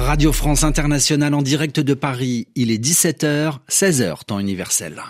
Radio France Internationale en direct de Paris. Il est 17h, 16h, temps universel.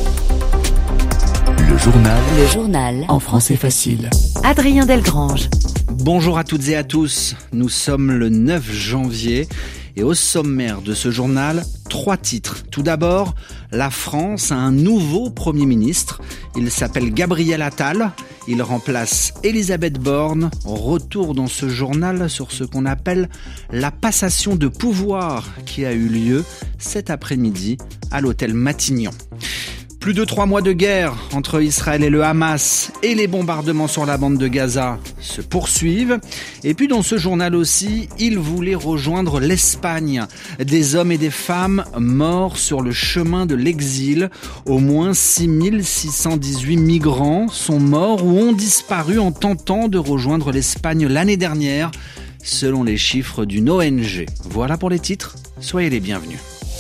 Le journal en français facile. Adrien Delgrange. Bonjour à toutes et à tous. Nous sommes le 9 janvier et au sommaire de ce journal, 3 titres. Tout d'abord, la France a un nouveau Premier ministre. Il s'appelle Gabriel Attal. Il remplace Elisabeth Borne. Retour dans ce journal sur ce qu'on appelle la passation de pouvoir qui a eu lieu cet après-midi à l'hôtel Matignon. Plus de 3 mois de guerre entre Israël et le Hamas et les bombardements sur la bande de Gaza se poursuivent. Et puis dans ce journal aussi, il voulait rejoindre l'Espagne. Des hommes et des femmes morts sur le chemin de l'exil. Au moins 6618 migrants sont morts ou ont disparu en tentant de rejoindre l'Espagne l'année dernière, selon les chiffres d'une ONG. Voilà pour les titres, soyez les bienvenus.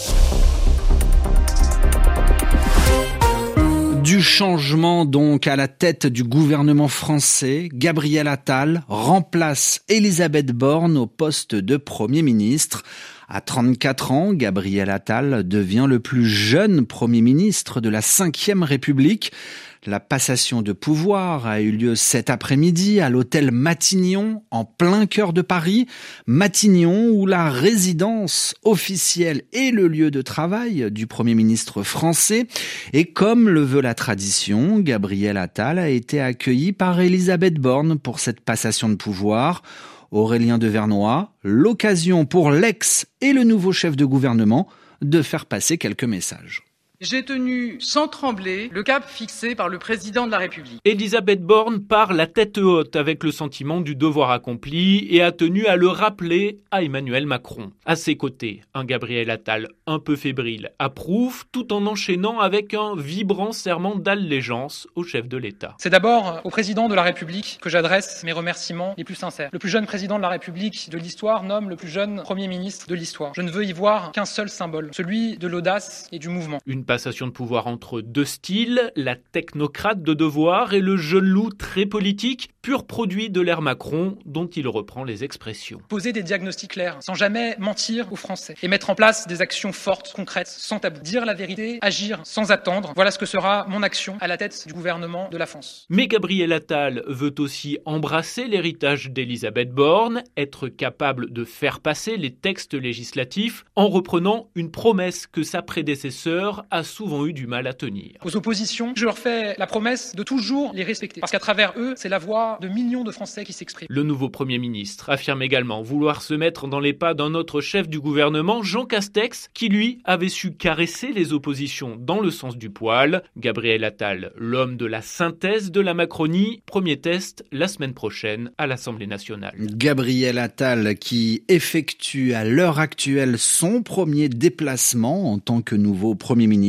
Du changement donc à la tête du gouvernement français, Gabriel Attal remplace Elisabeth Borne au poste de Premier ministre. À 34 ans, Gabriel Attal devient le plus jeune Premier ministre de la Ve République. La passation de pouvoir a eu lieu cet après-midi à l'hôtel Matignon, en plein cœur de Paris. Matignon, où la résidence officielle est le lieu de travail du Premier ministre français. Et comme le veut la tradition, Gabriel Attal a été accueilli par Elisabeth Borne pour cette passation de pouvoir. Aurélien de Vernoy, l'occasion pour l'ex et le nouveau chef de gouvernement de faire passer quelques messages. J'ai tenu sans trembler le cap fixé par le président de la République. Elisabeth Borne part la tête haute avec le sentiment du devoir accompli et a tenu à le rappeler à Emmanuel Macron. À ses côtés, un Gabriel Attal un peu fébrile approuve tout en enchaînant avec un vibrant serment d'allégeance au chef de l'État. C'est d'abord au président de la République que j'adresse mes remerciements les plus sincères. Le plus jeune président de la République de l'histoire nomme le plus jeune Premier ministre de l'histoire. Je ne veux y voir qu'un seul symbole, celui de l'audace et du mouvement. Une passation de pouvoir entre deux styles, la technocrate de devoir et le jeune loup très politique, pur produit de l'ère Macron dont il reprend les expressions. Poser des diagnostics clairs, sans jamais mentir aux Français, et mettre en place des actions fortes, concrètes, sans tabou. Dire la vérité, agir sans attendre, voilà ce que sera mon action à la tête du gouvernement de la France. Mais Gabriel Attal veut aussi embrasser l'héritage d'Elisabeth Borne, être capable de faire passer les textes législatifs en reprenant une promesse que sa prédécesseur a souvent eu du mal à tenir. Aux oppositions, je leur fais la promesse de toujours les respecter. Parce qu'à travers eux, c'est la voix de millions de Français qui s'expriment. Le nouveau Premier ministre affirme également vouloir se mettre dans les pas d'un autre chef du gouvernement, Jean Castex, qui lui avait su caresser les oppositions dans le sens du poil. Gabriel Attal, l'homme de la synthèse de la Macronie, premier test la semaine prochaine à l'Assemblée nationale. Gabriel Attal qui effectue à l'heure actuelle son premier déplacement en tant que nouveau Premier ministre.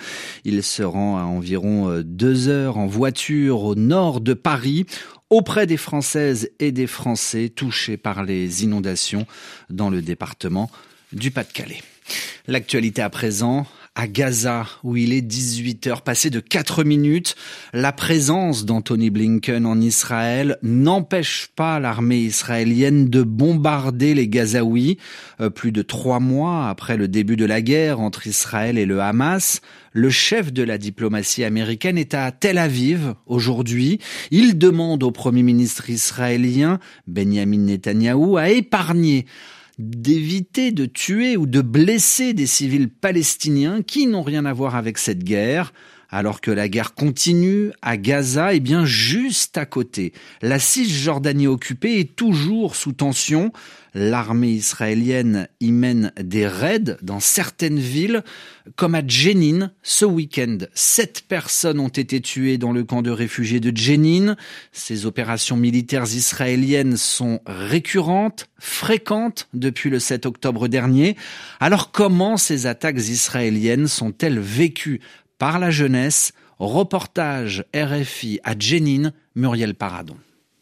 Il se rend à environ 2 heures en voiture au nord de Paris, auprès des Françaises et des Français touchés par les inondations dans le département du Pas-de-Calais. L'actualité à présent, à Gaza, où il est 18h, passé de 4 minutes, la présence d'Anthony Blinken en Israël n'empêche pas l'armée israélienne de bombarder les Gazaouis. Plus de 3 mois après le début de la guerre entre Israël et le Hamas, le chef de la diplomatie américaine est à Tel Aviv aujourd'hui. Il demande au Premier ministre israélien, Benjamin Netanyahou, à d'éviter de tuer ou de blesser des civils palestiniens qui n'ont rien à voir avec cette guerre. Alors que la guerre continue à Gaza, et bien juste à côté, la Cisjordanie occupée est toujours sous tension. L'armée israélienne y mène des raids dans certaines villes, comme à Jenin ce week-end. 7 personnes ont été tuées dans le camp de réfugiés de Jenin. Ces opérations militaires israéliennes sont récurrentes, fréquentes depuis le 7 octobre dernier. Alors comment ces attaques israéliennes sont-elles vécues par la jeunesse? Reportage RFI à Jenin, Muriel Paradon.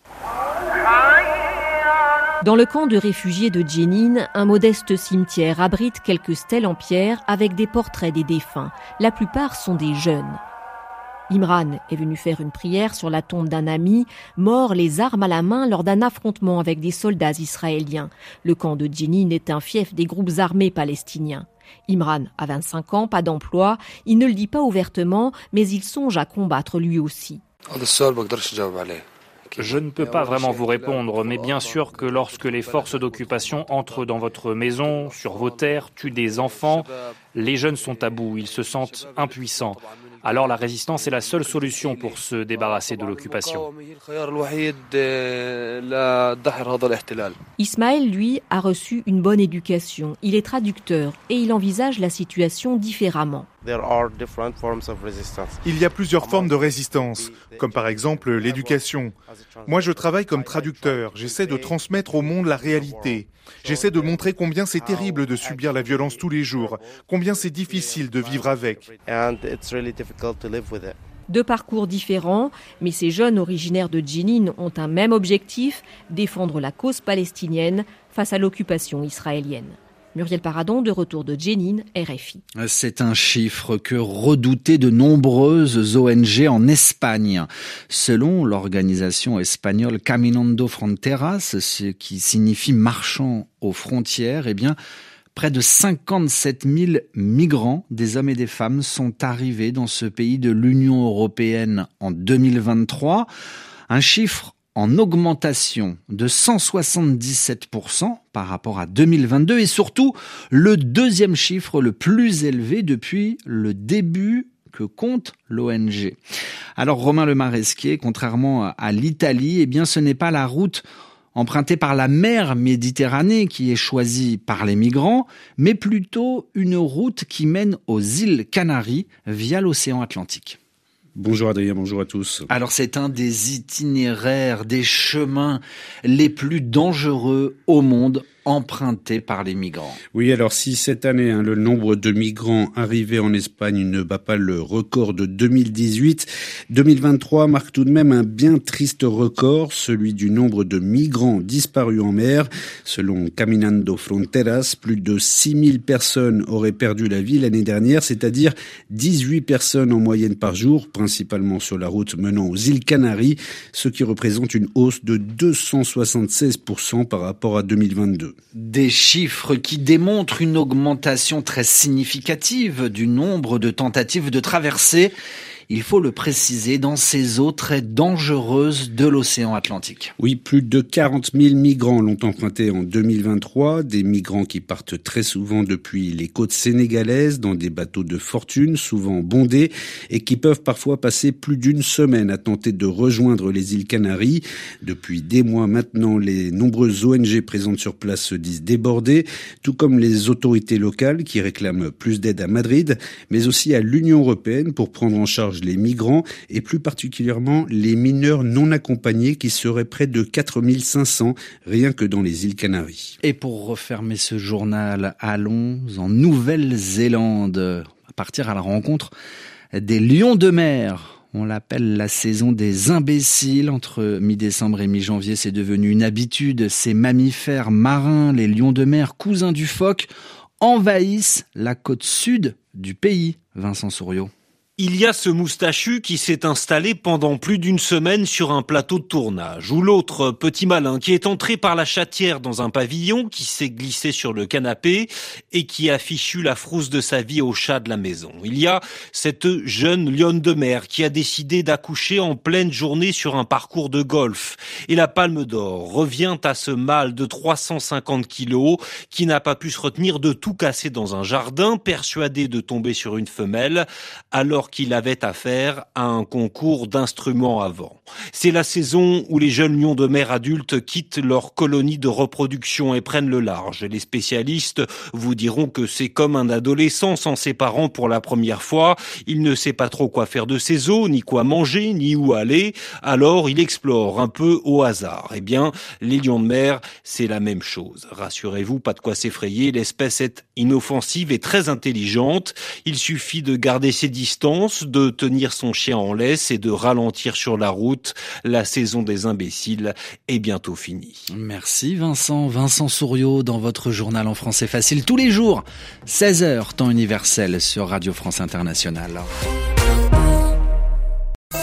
Dans le camp de réfugiés de Jenin, un modeste cimetière abrite quelques stèles en pierre avec des portraits des défunts. La plupart sont des jeunes. Imran est venu faire une prière sur la tombe d'un ami, mort les armes à la main lors d'un affrontement avec des soldats israéliens. Le camp de Jenin est un fief des groupes armés palestiniens. Imran a 25 ans, pas d'emploi, il ne le dit pas ouvertement, mais il songe à combattre lui aussi. Je ne peux pas vraiment vous répondre, mais bien sûr que lorsque les forces d'occupation entrent dans votre maison, sur vos terres, tuent des enfants, les jeunes sont à bout, ils se sentent impuissants. Alors la résistance est la seule solution pour se débarrasser de l'occupation. Ismaël, lui, a reçu une bonne éducation. Il est traducteur et il envisage la situation différemment. Il y a plusieurs formes de résistance, comme par exemple l'éducation. Moi, je travaille comme traducteur. J'essaie de transmettre au monde la réalité. J'essaie de montrer combien c'est terrible de subir la violence tous les jours, combien c'est difficile de vivre avec. Deux parcours différents, mais ces jeunes originaires de Jenin ont un même objectif, défendre la cause palestinienne face à l'occupation israélienne. Muriel Paradon, de retour de Jenin, RFI. C'est un chiffre que redoutaient de nombreuses ONG en Espagne. Selon l'organisation espagnole Caminando Fronteras, ce qui signifie marchand aux frontières, près de 57 000 migrants, des hommes et des femmes, sont arrivés dans ce pays de l'Union européenne en 2023. Un chiffre en augmentation de 177% par rapport à 2022 et surtout le deuxième chiffre le plus élevé depuis le début que compte l'ONG. Alors Romain Le Maresquier, contrairement à l'Italie, ce n'est pas la route empruntée par la mer Méditerranée qui est choisie par les migrants, mais plutôt une route qui mène aux îles Canaries via l'océan Atlantique. Bonjour Adrien, bonjour à tous. Alors c'est un des itinéraires, des chemins les plus dangereux au monde, empruntés par les migrants. Oui, alors si cette année, le nombre de migrants arrivés en Espagne ne bat pas le record de 2018, 2023 marque tout de même un bien triste record, celui du nombre de migrants disparus en mer. Selon Caminando Fronteras, plus de 6000 personnes auraient perdu la vie l'année dernière, c'est-à-dire 18 personnes en moyenne par jour, principalement sur la route menant aux îles Canaries, ce qui représente une hausse de 276% par rapport à 2022. Des chiffres qui démontrent une augmentation très significative du nombre de tentatives de traversée, il faut le préciser, dans ces eaux très dangereuses de l'océan Atlantique. Oui, plus de 40 000 migrants l'ont emprunté en 2023, des migrants qui partent très souvent depuis les côtes sénégalaises dans des bateaux de fortune, souvent bondés, et qui peuvent parfois passer plus d'une semaine à tenter de rejoindre les îles Canaries. Depuis des mois maintenant, les nombreuses ONG présentes sur place se disent débordées, tout comme les autorités locales qui réclament plus d'aide à Madrid, mais aussi à l'Union européenne pour prendre en charge les migrants et plus particulièrement les mineurs non accompagnés qui seraient près de 4500 rien que dans les îles Canaries. Et pour refermer ce journal, allons en Nouvelle-Zélande, à partir à la rencontre des lions de mer. On l'appelle la saison des imbéciles. Entre mi-décembre et mi-janvier, c'est devenu une habitude. Ces mammifères marins, les lions de mer, cousins du phoque, envahissent la côte sud du pays. Vincent Souriau. Il y a ce moustachu qui s'est installé pendant plus d'une semaine sur un plateau de tournage, ou l'autre petit malin qui est entré par la chatière dans un pavillon, qui s'est glissé sur le canapé et qui a fichu la frousse de sa vie au chat de la maison. Il y a cette jeune lionne de mer qui a décidé d'accoucher en pleine journée sur un parcours de golf. Et la palme d'or revient à ce mâle de 350 kilos qui n'a pas pu se retenir de tout casser dans un jardin, persuadé de tomber sur une femelle, alors qu'il avait affaire à un concours d'instruments à vent. C'est la saison où les jeunes lions de mer adultes quittent leur colonie de reproduction et prennent le large. Les spécialistes vous diront que c'est comme un adolescent s'en séparant pour la première fois. Il ne sait pas trop quoi faire de ses os, ni quoi manger, ni où aller. Alors il explore un peu au hasard. Eh bien, les lions de mer, c'est la même chose. Rassurez-vous, pas de quoi s'effrayer. L'espèce est inoffensive et très intelligente. Il suffit de garder ses distances, de tenir son chien en laisse et de ralentir sur la route. La saison des imbéciles est bientôt finie. Merci Vincent. Vincent Souriau dans votre journal en français facile tous les jours, 16h temps universel sur Radio France Internationale.